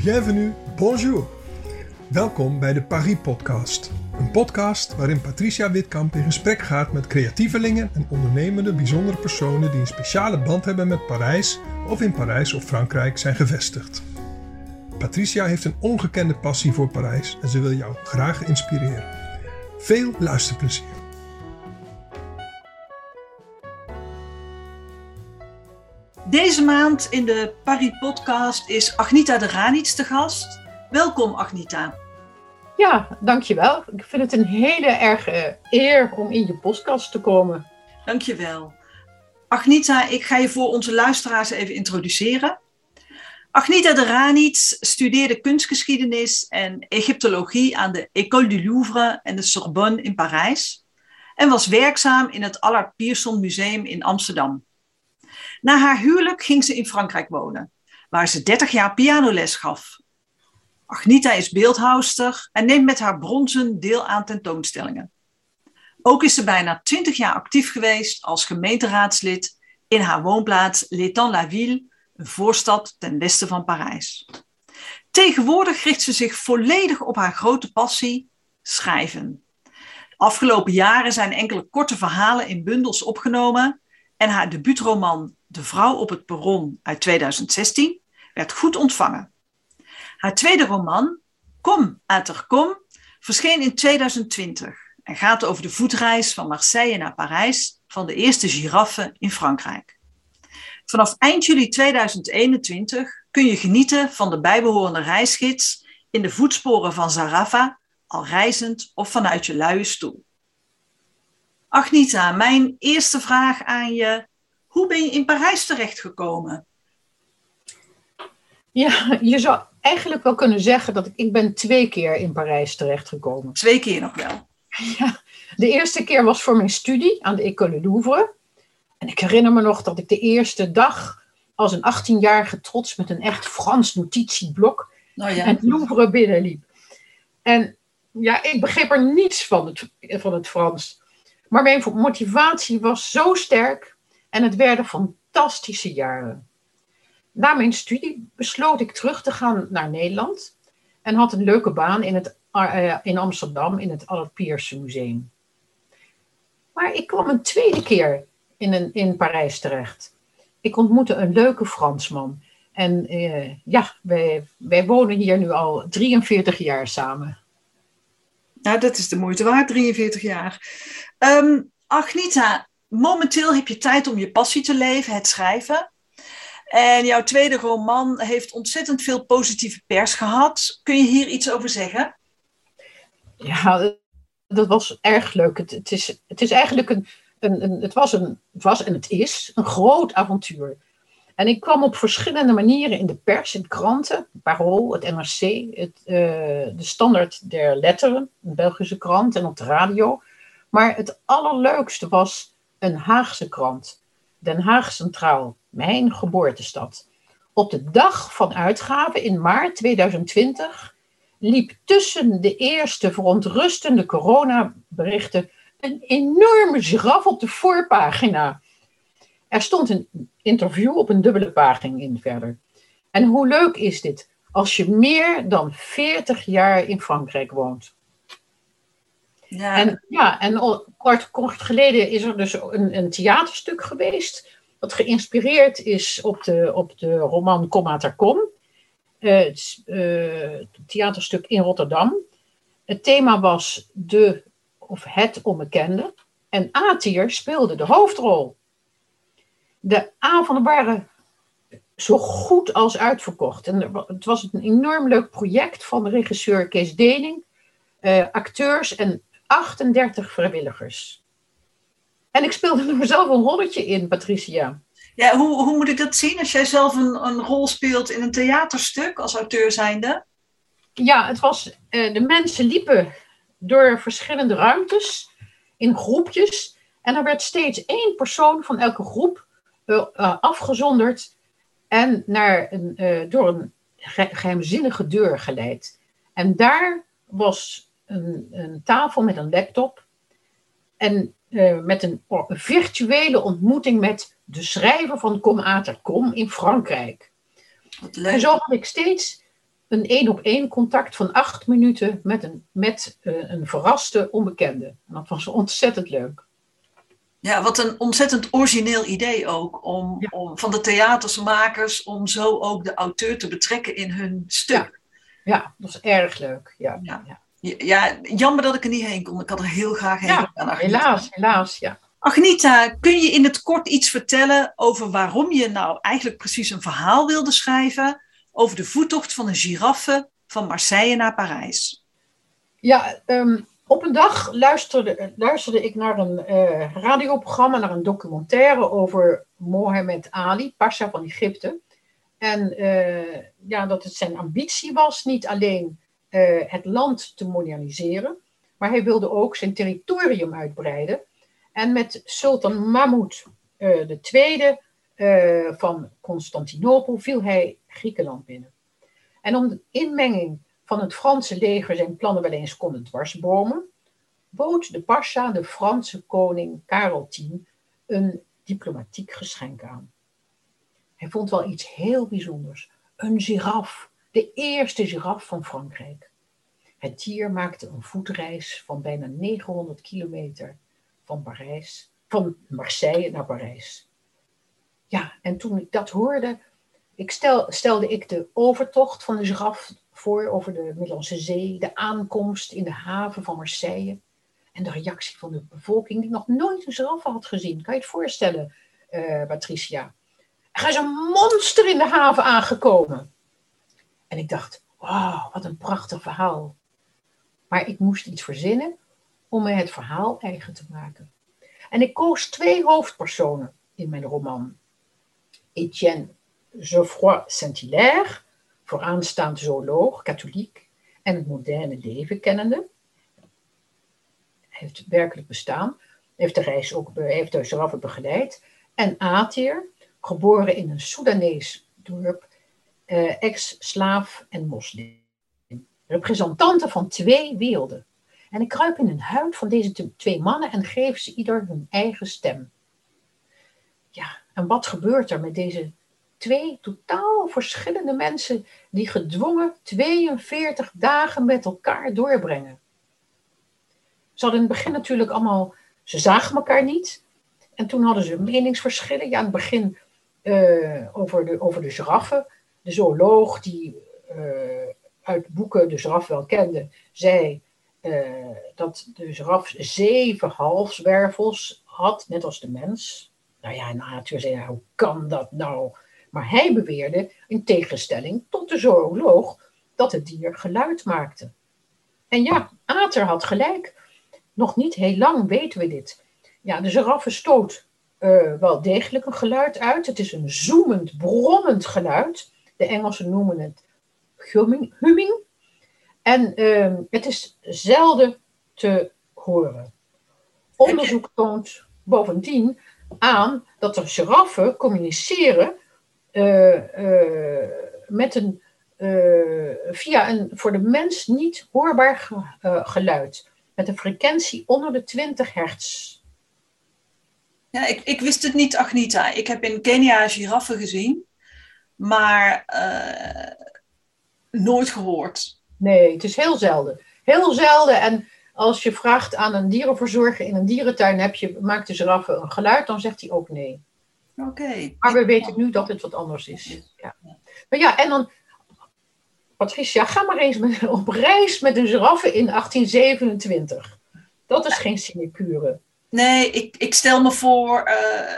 bienvenue, bonjour. Welkom bij de Paris Podcast. Een podcast waarin Patricia Witkamp in gesprek gaat met creatievelingen en ondernemende bijzondere personen die een speciale band hebben met Parijs of in Parijs of Frankrijk zijn gevestigd. Patricia heeft een ongekende passie voor Parijs en ze wil jou graag inspireren. Veel luisterplezier. Deze maand in de Paris Podcast is Agnita de Ranits te gast. Welkom Agnita. Ja, dankjewel. Ik vind het een hele erge eer om in je podcast te komen. Dankjewel. Agnita, ik ga je voor onze luisteraars even introduceren. Agnita de Ranits studeerde kunstgeschiedenis en Egyptologie aan de École du Louvre en de Sorbonne in Parijs en was werkzaam in het Allard Pierson Museum in Amsterdam. Na haar huwelijk ging ze in Frankrijk wonen, waar ze 30 jaar pianoles gaf. Agnita is beeldhouwster en neemt met haar bronzen deel aan tentoonstellingen. Ook is ze bijna 20 jaar actief geweest als gemeenteraadslid in haar woonplaats L'Étang-la-Ville, een voorstad ten westen van Parijs. Tegenwoordig richt ze zich volledig op haar grote passie, schrijven. De afgelopen jaren zijn enkele korte verhalen in bundels opgenomen en haar debuutroman De Vrouw op het Perron uit 2016 werd goed ontvangen. Haar tweede roman, Kom, Ater, Kom, verscheen in 2020 en gaat over de voetreis van Marseille naar Parijs van de eerste giraffe in Frankrijk. Vanaf eind juli 2021 kun je genieten van de bijbehorende reisgids in de voetsporen van Zarafa, al reizend of vanuit je luie stoel. Agnita, mijn eerste vraag aan je. Hoe ben je in Parijs terechtgekomen? Ja, je zou eigenlijk wel kunnen zeggen dat ik ben 2 keer in Parijs terechtgekomen. 2 keer nog wel? Ja, de eerste keer was voor mijn studie aan de École du Louvre. En ik herinner me nog dat ik de eerste dag als een 18-jarige trots met een echt Frans notitieblok het Louvre binnenliep. En ja, ik begreep er niets van het Frans. Maar mijn motivatie was zo sterk en het werden fantastische jaren. Na mijn studie besloot ik terug te gaan naar Nederland en had een leuke baan in Amsterdam in het Allard Pierson Museum. Maar ik kwam een tweede keer in Parijs terecht. Ik ontmoette een leuke Fransman. En wij wonen hier nu al 43 jaar samen. Nou, dat is de moeite waard, 43 jaar. Agnita, momenteel heb je tijd om je passie te leven, het schrijven. En jouw tweede roman heeft ontzettend veel positieve pers gehad. Kun je hier iets over zeggen? Ja, dat was erg leuk. Het is eigenlijk het was en het is een groot avontuur. En ik kwam op verschillende manieren in de pers, in kranten, Parool, het NRC, de Standaard der Letteren, een Belgische krant, en op de radio. Maar het allerleukste was een Haagse krant, Den Haag Centraal, mijn geboortestad. Op de dag van uitgave in maart 2020 liep tussen de eerste verontrustende coronaberichten een enorme giraf op de voorpagina. Er stond een interview op een dubbele pagina in verder. En hoe leuk is dit als je meer dan 40 jaar in Frankrijk woont? Ja. En kort geleden is er dus een theaterstuk geweest dat geïnspireerd is op de roman Kom, Ater, Kom. Het theaterstuk in Rotterdam. Het thema was het onbekende. En Atier speelde de hoofdrol. De avonden waren zo goed als uitverkocht. En het was een enorm leuk project van de regisseur Kees Dening, acteurs en 38 vrijwilligers. En ik speelde er zelf een rolletje in, Patricia. Ja, hoe moet ik dat zien als jij zelf een rol speelt in een theaterstuk als auteur zijnde? Ja, het was, de mensen liepen door verschillende ruimtes in groepjes. En er werd steeds 1 persoon van elke groep afgezonderd en door een geheimzinnige deur geleid. En daar was een tafel met een laptop en met een virtuele ontmoeting met de schrijver van Kom, Ater, Kom in Frankrijk. En zo had ik steeds een 1-op-1 contact van 8 minuten met een verraste onbekende. En dat was ontzettend leuk. Ja, wat een ontzettend origineel idee ook. Om van de theatersmakers, om zo ook de auteur te betrekken in hun stuk. Ja, dat was erg leuk. Ja, jammer dat ik er niet heen kon. Ik had er heel graag heen gegaan, Agnita. Helaas, ja. Agnita, kun je in het kort iets vertellen over waarom je nou eigenlijk precies een verhaal wilde schrijven over de voettocht van een giraffe van Marseille naar Parijs? Ja, op een dag luisterde ik naar een radioprogramma, naar een documentaire over Mohammed Ali, pasha van Egypte. En dat het zijn ambitie was niet alleen het land te moderniseren, maar hij wilde ook zijn territorium uitbreiden. En met Sultan Mahmoud II van Constantinopel viel hij Griekenland binnen. En om de inmenging van het Franse leger zijn plannen wel eens konden dwarsbomen, bood de pasha de Franse koning Karel X een diplomatiek geschenk aan. Hij vond wel iets heel bijzonders. Een giraf, de eerste giraf van Frankrijk. Het dier maakte een voetreis van bijna 900 kilometer van Marseille naar Parijs. Ja, en toen ik dat hoorde, stelde ik de overtocht van de giraf voor over de Middellandse Zee, de aankomst in de haven van Marseille en de reactie van de bevolking die nog nooit een giraffe had gezien. Kan je het voorstellen, Patricia? Er is een monster in de haven aangekomen. En ik dacht, wauw, wat een prachtig verhaal. Maar ik moest iets verzinnen om me het verhaal eigen te maken. En ik koos 2 hoofdpersonen in mijn roman. Etienne Geoffroy Saint-Hilaire, vooraanstaand zooloog, katholiek en het moderne leven kennende. Hij heeft werkelijk bestaan. Heeft de giraffe begeleid. En Atir, geboren in een Soedanees dorp, ex-slaaf en moslim. Representanten van 2 werelden. En ik kruip in een huid van deze 2 mannen en geef ze ieder hun eigen stem. Ja, en wat gebeurt er met deze 2 totaal verschillende mensen die gedwongen 42 dagen met elkaar doorbrengen? Ze hadden in het begin natuurlijk allemaal, ze zagen elkaar niet. En toen hadden ze meningsverschillen. Ja, in het begin over de giraffe. De zooloog die uit boeken de giraffe wel kende, zei dat de giraffe 7 halswervels had, net als de mens. Nou ja, in de natuur zei hij, hoe kan dat nou? Maar hij beweerde, in tegenstelling tot de zooloog, dat het dier geluid maakte. En ja, Ater had gelijk. Nog niet heel lang weten we dit. Ja, de giraffe stoot wel degelijk een geluid uit. Het is een zoemend, brommend geluid. De Engelsen noemen het humming. En het is zelden te horen. Onderzoek toont bovendien aan dat de giraffen communiceren via een voor de mens niet hoorbaar geluid. Met een frequentie onder de 20 hertz. Ja, ik wist het niet, Agnita. Ik heb in Kenia giraffen gezien, maar nooit gehoord. Nee, het is heel zelden. Heel zelden. En als je vraagt aan een dierenverzorger in een dierentuin, maakt de giraffe een geluid, dan zegt hij ook nee. Oké. Maar we weten nu dat het wat anders is. Ja. Maar ja, en dan, Patricia, ga maar eens op reis met een giraffe in 1827. Dat is geen sinecure. Nee, ik stel me voor,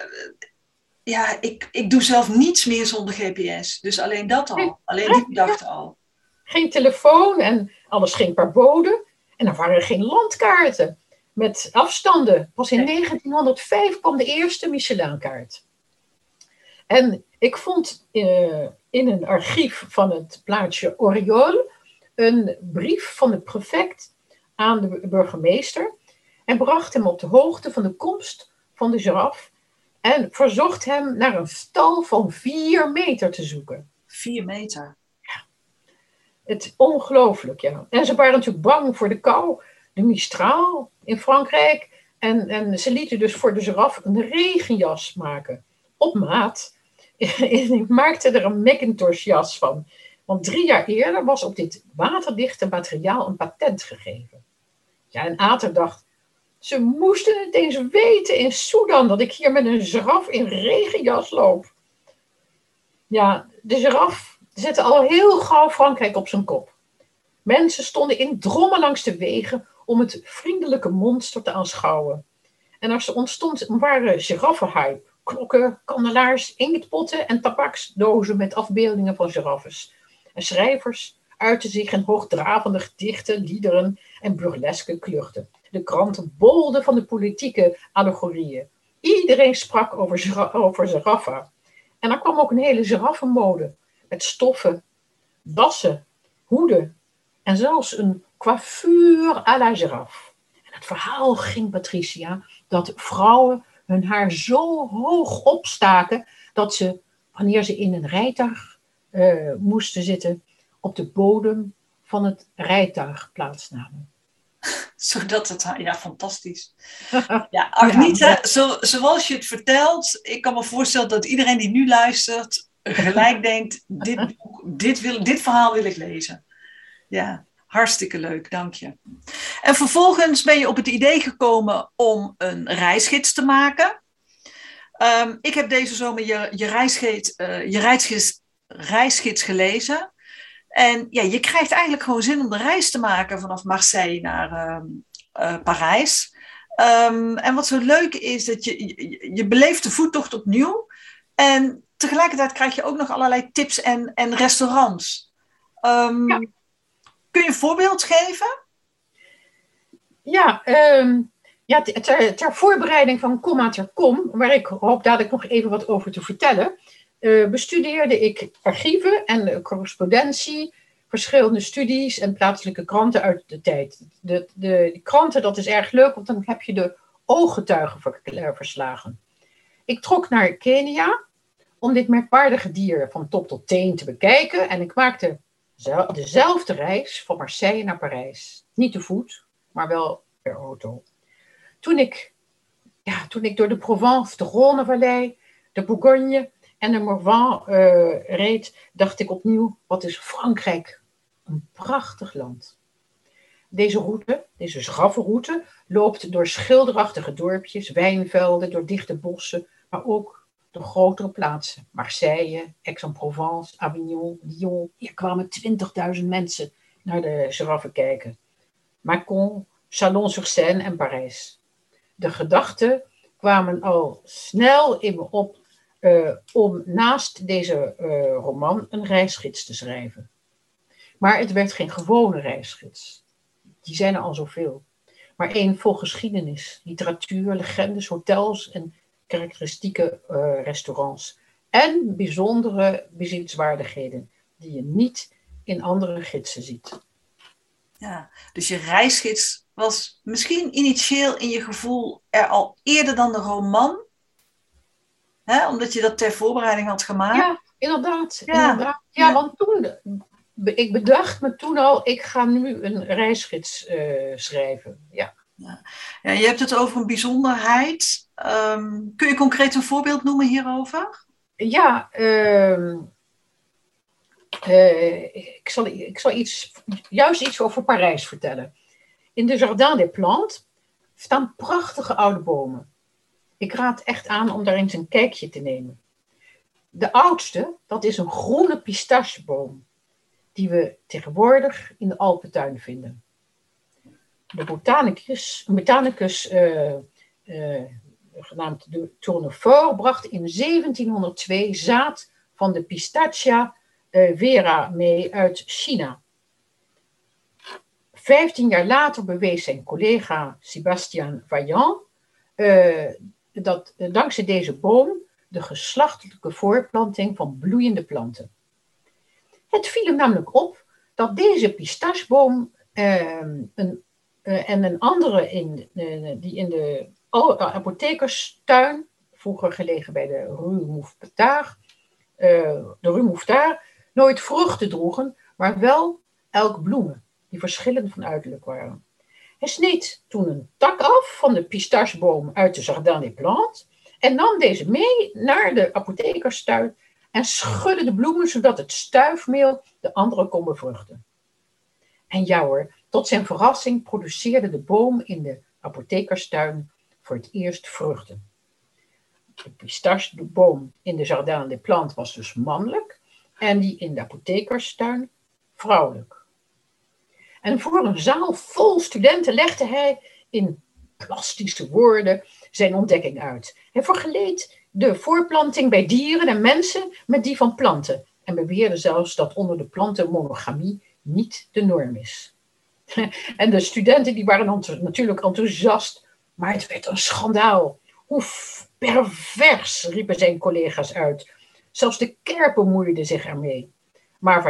ik doe zelf niets meer zonder GPS. Dus alleen dat al, alleen die gedachte al. Geen telefoon en alles ging per bode. En er waren geen landkaarten met afstanden. Pas in 1905 kwam de eerste Michelin-kaart. En ik vond in een archief van het plaatsje Oriol een brief van de prefect aan de burgemeester. En bracht hem op de hoogte van de komst van de giraf. En verzocht hem naar een stal van 4 meter te zoeken. 4 meter? Ja. Het is ongelooflijk, ja. En ze waren natuurlijk bang voor de kou. De Mistral in Frankrijk. En ze lieten dus voor de giraf een regenjas maken. Op maat. En ik maakte er een Macintosh jas van. Want 3 jaar eerder was op dit waterdichte materiaal een patent gegeven. Ja, en Ater dacht, ze moesten het eens weten in Sudan dat ik hier met een giraf in regenjas loop. Ja, de giraf zette al heel gauw Frankrijk op zijn kop. Mensen stonden in drommen langs de wegen om het vriendelijke monster te aanschouwen. En er ontstond een ware giraffenhype. Klokken, kandelaars, inktpotten en tabaksdozen met afbeeldingen van giraffes. En schrijvers uitten zich in hoogdravende gedichten, liederen en burleske kluchten. De kranten bolden van de politieke allegorieën. Iedereen sprak over giraffa. En er kwam ook een hele giraffenmode. Met stoffen, dassen, hoeden en zelfs een coiffure à la giraffe. En het verhaal ging, Patricia, dat vrouwen hun haar zo hoog opstaken dat ze, wanneer ze in een rijtuig moesten zitten, op de bodem van het rijtuig plaatsnamen. Zodat het, ja, fantastisch. Ja, Agnita, zoals je het vertelt, ik kan me voorstellen dat iedereen die nu luistert gelijk denkt, dit verhaal wil ik lezen. Ja, hartstikke leuk, dank je. En vervolgens ben je op het idee gekomen om een reisgids te maken. Ik heb deze zomer je reisgids gelezen. En ja, je krijgt eigenlijk gewoon zin om de reis te maken vanaf Marseille naar Parijs. En wat zo leuk is, dat je beleeft de voettocht opnieuw. En tegelijkertijd krijg je ook nog allerlei tips en restaurants. Kun je een voorbeeld geven? Ja, ter voorbereiding van Comma ter Kom, waar ik hoop dadelijk nog even wat over te vertellen, bestudeerde ik archieven en correspondentie, verschillende studies en plaatselijke kranten uit de tijd. De kranten, dat is erg leuk, want dan heb je de ooggetuigenverslagen. Ik trok naar Kenia om dit merkwaardige dier van top tot teen te bekijken en ik maakte dezelfde reis van Marseille naar Parijs. Niet te voet, maar wel per auto. Toen ik door de Provence, de Rhônevallei, de Bourgogne en de Morvan reed, dacht ik opnieuw, wat is Frankrijk een prachtig land. Deze route, deze giraffenroute, loopt door schilderachtige dorpjes, wijnvelden, door dichte bossen, maar ook door grotere plaatsen. Marseille, Aix-en-Provence, Avignon, Lyon. Hier kwamen 20.000 mensen naar de giraffen kijken. Mâcon, Chalon-sur-Saône en Parijs. De gedachten kwamen al snel in me op om naast deze roman een reisgids te schrijven. Maar het werd geen gewone reisgids. Die zijn er al zoveel. Maar één vol geschiedenis, literatuur, legendes, hotels en karakteristieke restaurants. En bijzondere bezienswaardigheden die je niet in andere gidsen ziet. Ja, dus je reisgids was misschien initieel in je gevoel er al eerder dan de roman? Hè? Omdat je dat ter voorbereiding had gemaakt? Ja, inderdaad. Ja, want ik bedacht me toen al, ik ga nu een reisgids schrijven. Ja. Ja, je hebt het over een bijzonderheid. Kun je concreet een voorbeeld noemen hierover? Ja, ik zal juist iets over Parijs vertellen. In de Jardin des Plantes staan prachtige oude bomen. Ik raad echt aan om daar eens een kijkje te nemen. De oudste, dat is een groene pistacheboom, die we tegenwoordig in de Alpentuin vinden. De botanicus genaamd de Tournefort bracht in 1702 zaad van de Pistachia vera mee uit China. 15 jaar later bewees zijn collega Sébastien Vaillant dat dankzij deze boom de geslachtelijke voortplanting van bloeiende planten. Het viel hem namelijk op dat deze pistacheboom en een andere die in de apothekerstuin, vroeger gelegen bij de Rue Mouffetard, nooit vruchten droegen, maar wel elk bloemen, die verschillend van uiterlijk waren. Hij sneed toen een tak af van de pistacheboom uit de Jardin des Plantes en nam deze mee naar de apothekerstuin en schudde de bloemen zodat het stuifmeel de andere kon bevruchten. En ja hoor, tot zijn verrassing produceerde de boom in de apothekerstuin voor het eerst vruchten. De pistacheboom in de Jardin des Plantes was dus mannelijk en die in de apothekerstuin vrouwelijk. En voor een zaal vol studenten legde hij in plastische woorden zijn ontdekking uit. Hij vergeleed de voorplanting bij dieren en mensen met die van planten en beweerde zelfs dat onder de planten monogamie niet de norm is. En de studenten die waren natuurlijk enthousiast, maar het werd een schandaal. Hoe pervers, riepen zijn collega's uit. Zelfs de kerk bemoeide zich ermee. Maar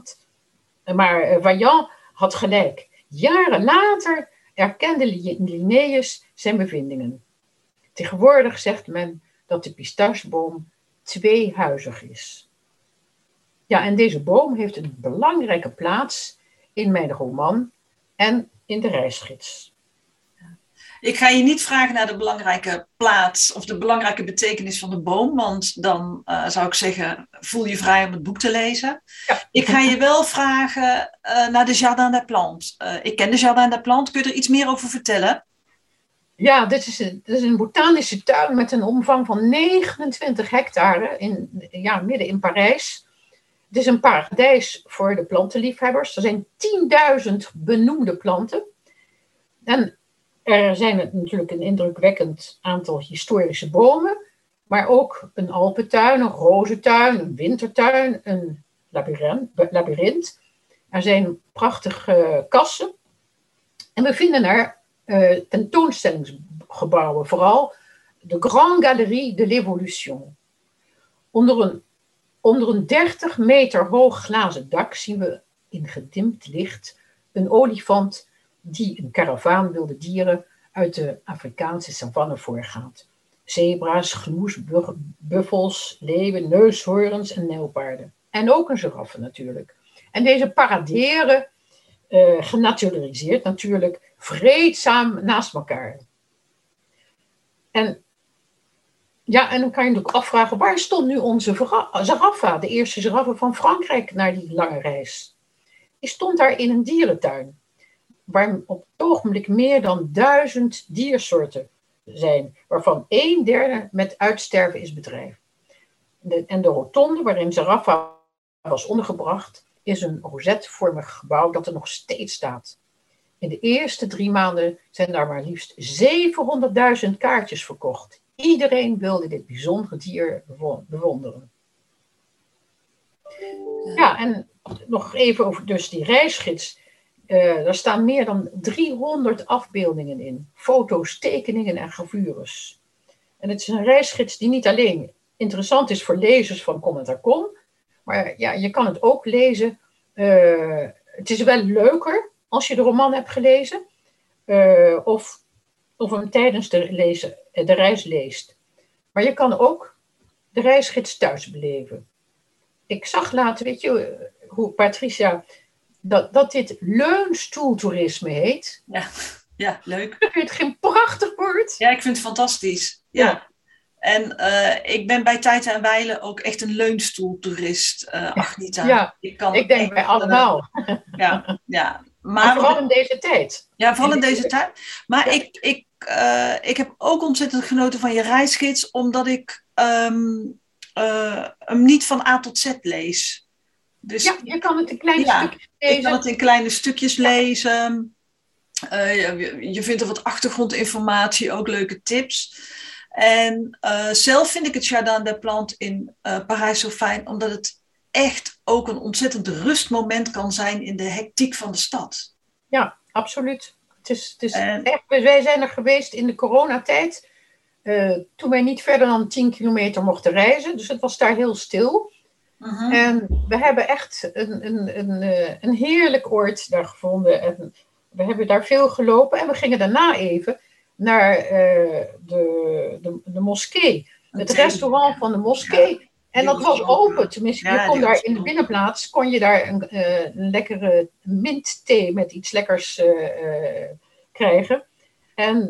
Vaillant had gelijk. Jaren later erkende Linnaeus zijn bevindingen. Tegenwoordig zegt men dat de pistacheboom tweehuizig is. Ja, en deze boom heeft een belangrijke plaats in mijn roman en in de reisgids. Ik ga je niet vragen naar de belangrijke plaats of de belangrijke betekenis van de boom, want dan zou ik zeggen, voel je vrij om het boek te lezen. Ja. Ik ga je wel vragen naar de Jardin des Plantes. Ik ken de Jardin des Plantes. Kun je er iets meer over vertellen? Ja, dit is een botanische tuin met een omvang van 29 hectare midden in Parijs. Het is een paradijs voor de plantenliefhebbers. Er zijn 10.000 benoemde planten. En er zijn natuurlijk een indrukwekkend aantal historische bomen, maar ook een alpentuin, een rozentuin, een wintertuin, een labyrint. Er zijn prachtige kassen. En we vinden er tentoonstellingsgebouwen, vooral de Grande Galerie de l'Évolution. Onder een 30 meter hoog glazen dak zien we in gedimd licht een olifant die een karavaan wilde dieren uit de Afrikaanse savanne voorgaat. Zebra's, gnoes, buffels, leeuwen, neushoorns en nijlpaarden. En ook een giraffe natuurlijk. En deze paraderen, genaturaliseerd natuurlijk, vreedzaam naast elkaar. En dan kan je natuurlijk afvragen, waar stond nu onze giraffe, de eerste giraffe van Frankrijk, naar die lange reis? Die stond daar in een dierentuin, waar op het ogenblik meer dan 1000 diersoorten zijn, waarvan 1/3 met uitsterven is bedreigd. En de rotonde waarin Zarafa was ondergebracht is een rozetvormig gebouw dat er nog steeds staat. In de eerste 3 maanden zijn daar maar liefst 700.000 kaartjes verkocht. Iedereen wilde dit bijzondere dier bewonderen. Ja, en nog even over dus die reisgids. Daar staan meer dan 300 afbeeldingen in. Foto's, tekeningen en gravures. En het is een reisgids die niet alleen interessant is voor lezers van Commentaar.com, maar ja, je kan het ook lezen. Het is wel leuker als je de roman hebt gelezen. Of hem tijdens de reis leest. Maar je kan ook de reisgids thuis beleven. Ik zag later, weet je, hoe Patricia, dat dit leunstoeltoerisme heet. Ja, leuk. Vind je het geen prachtig woord? Ja, ik vind het fantastisch. Ja. En ik ben bij Tijd en Wijlen ook echt een leunstoeltoerist, Agnita. Ja, ik denk bij allemaal. Ja. Maar vooral in deze tijd. Ja, vooral in deze tijd. Maar ik heb ook ontzettend genoten van je reisgids, omdat ik hem niet van A tot Z lees. Dus, ja, je kan het in kleine stukjes lezen. Ik kan het in kleine stukjes lezen. Je vindt er wat achtergrondinformatie, ook leuke tips. En zelf vind ik het Jardin des Plantes in Parijs zo fijn, omdat het echt ook een ontzettend rustmoment kan zijn in de hectiek van de stad. Ja, absoluut. Het is echt, wij zijn er geweest in de coronatijd, toen wij niet verder dan 10 kilometer mochten reizen. Dus het was daar heel stil. Uh-huh. En we hebben echt een heerlijk oord daar gevonden. En we hebben daar veel gelopen. En we gingen daarna even naar de moskee. Het restaurant van de moskee. Ja. En dat was open. Tenminste, je kon daar in de binnenplaats een lekkere mintthee met iets lekkers krijgen. En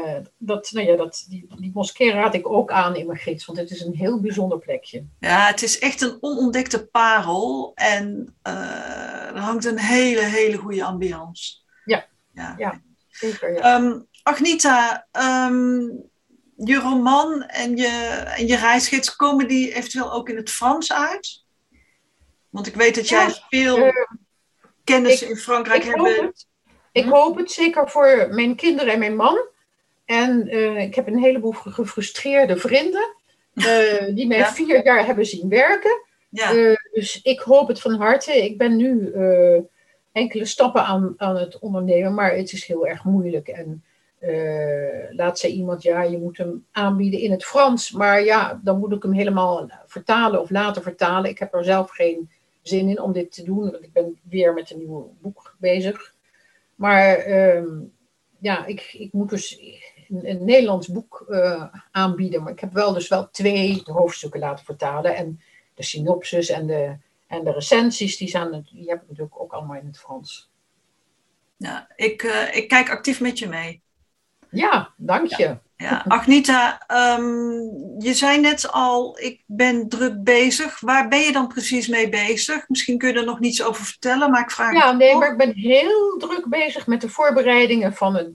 die moskee raad ik ook aan in mijn gids, want het is een heel bijzonder plekje. Ja, het is echt een onontdekte parel en er hangt een hele, hele goede ambiance. Ja, zeker. Ja. Agnita, je roman en je reisgids, komen die eventueel ook in het Frans uit? Want ik weet dat jij veel kennis in Frankrijk hebt. Ik hoop het, zeker voor mijn kinderen en mijn man. En ik heb een heleboel gefrustreerde vrienden die mij 4 jaar hebben zien werken. Ja. Dus ik hoop het van harte. Ik ben nu enkele stappen aan het ondernemen, maar het is heel erg moeilijk. En laat zei iemand, je moet hem aanbieden in het Frans. Maar ja, dan moet ik hem helemaal vertalen of laten vertalen. Ik heb er zelf geen zin in om dit te doen, want ik ben weer met een nieuw boek bezig. Maar ik moet dus een Nederlands boek aanbieden. Maar ik heb wel 2 hoofdstukken laten vertalen. En de synopsis en de recensies, die heb ik natuurlijk ook allemaal in het Frans. Ja, ik kijk actief met je mee. Ja, dank je. Ja. Agnita, je zei net al, ik ben druk bezig. Waar ben je dan precies mee bezig? Misschien kun je er nog niets over vertellen, maar ik vraag maar ik ben heel druk bezig met de voorbereidingen van een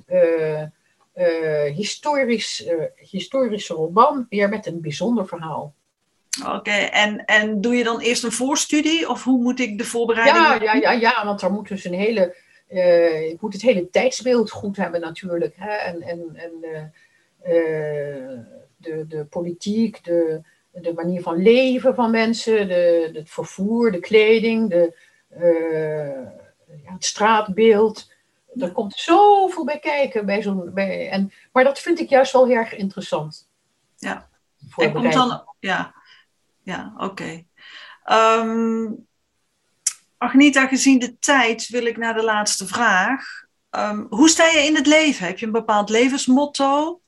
historische roman, weer met een bijzonder verhaal. Oké, en doe je dan eerst een voorstudie? Of hoe moet ik de voorbereiding doen? Ja, want er moet dus ik moet het hele tijdsbeeld goed hebben natuurlijk. Hè? En de politiek, de manier van leven van mensen, het vervoer, de kleding, het straatbeeld. Er komt zoveel bij kijken. Maar dat vind ik juist wel heel erg interessant. Ja, en komt dan... Ja, oké. Agnita, gezien de tijd wil ik naar de laatste vraag. Hoe sta je in het leven? Heb je een bepaald levensmotto?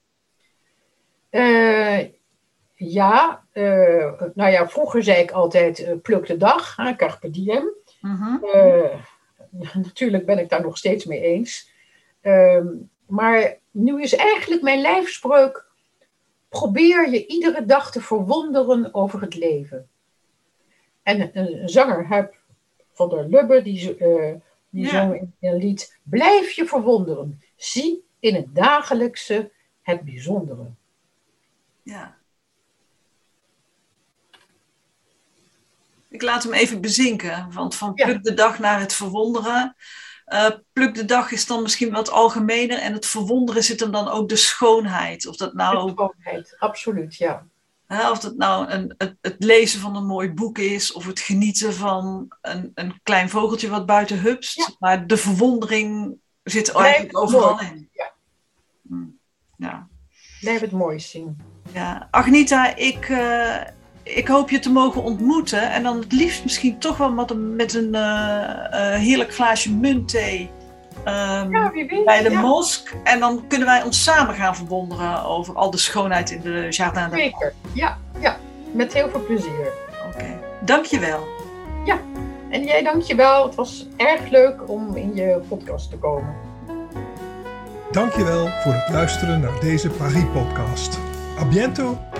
Vroeger zei ik altijd pluk de dag, carpe diem. Mm-hmm. Natuurlijk ben ik daar nog steeds mee eens. Maar nu is eigenlijk mijn lijfspreuk: probeer je iedere dag te verwonderen over het leven. En een zanger, Huub van der Lubbe, die zong in een lied: blijf je verwonderen. Zie in het dagelijkse het bijzondere. Ja. Ik laat hem even bezinken, want van pluk de dag naar het verwonderen. Pluk de dag is dan misschien wat algemener en het verwonderen zit hem dan ook de schoonheid. Of dat nou... De schoonheid, absoluut, ja. Of dat nou het lezen van een mooi boek is, of het genieten van een klein vogeltje wat buiten hupst. Ja. Maar de verwondering zit eigenlijk overal in. Ja. Ja. Blijf het moois zien. Ja. Agnita, ik hoop je te mogen ontmoeten. En dan het liefst misschien toch wel met een heerlijk glaasje muntthee bij de mosk. En dan kunnen wij ons samen gaan verwonderen over al de schoonheid in de Jardin des Zeker, ja. Met heel veel plezier. Oké. Dankjewel. Ja, en jij dankjewel. Het was erg leuk om in je podcast te komen. Dankjewel voor het luisteren naar deze Paris-podcast. A bientôt!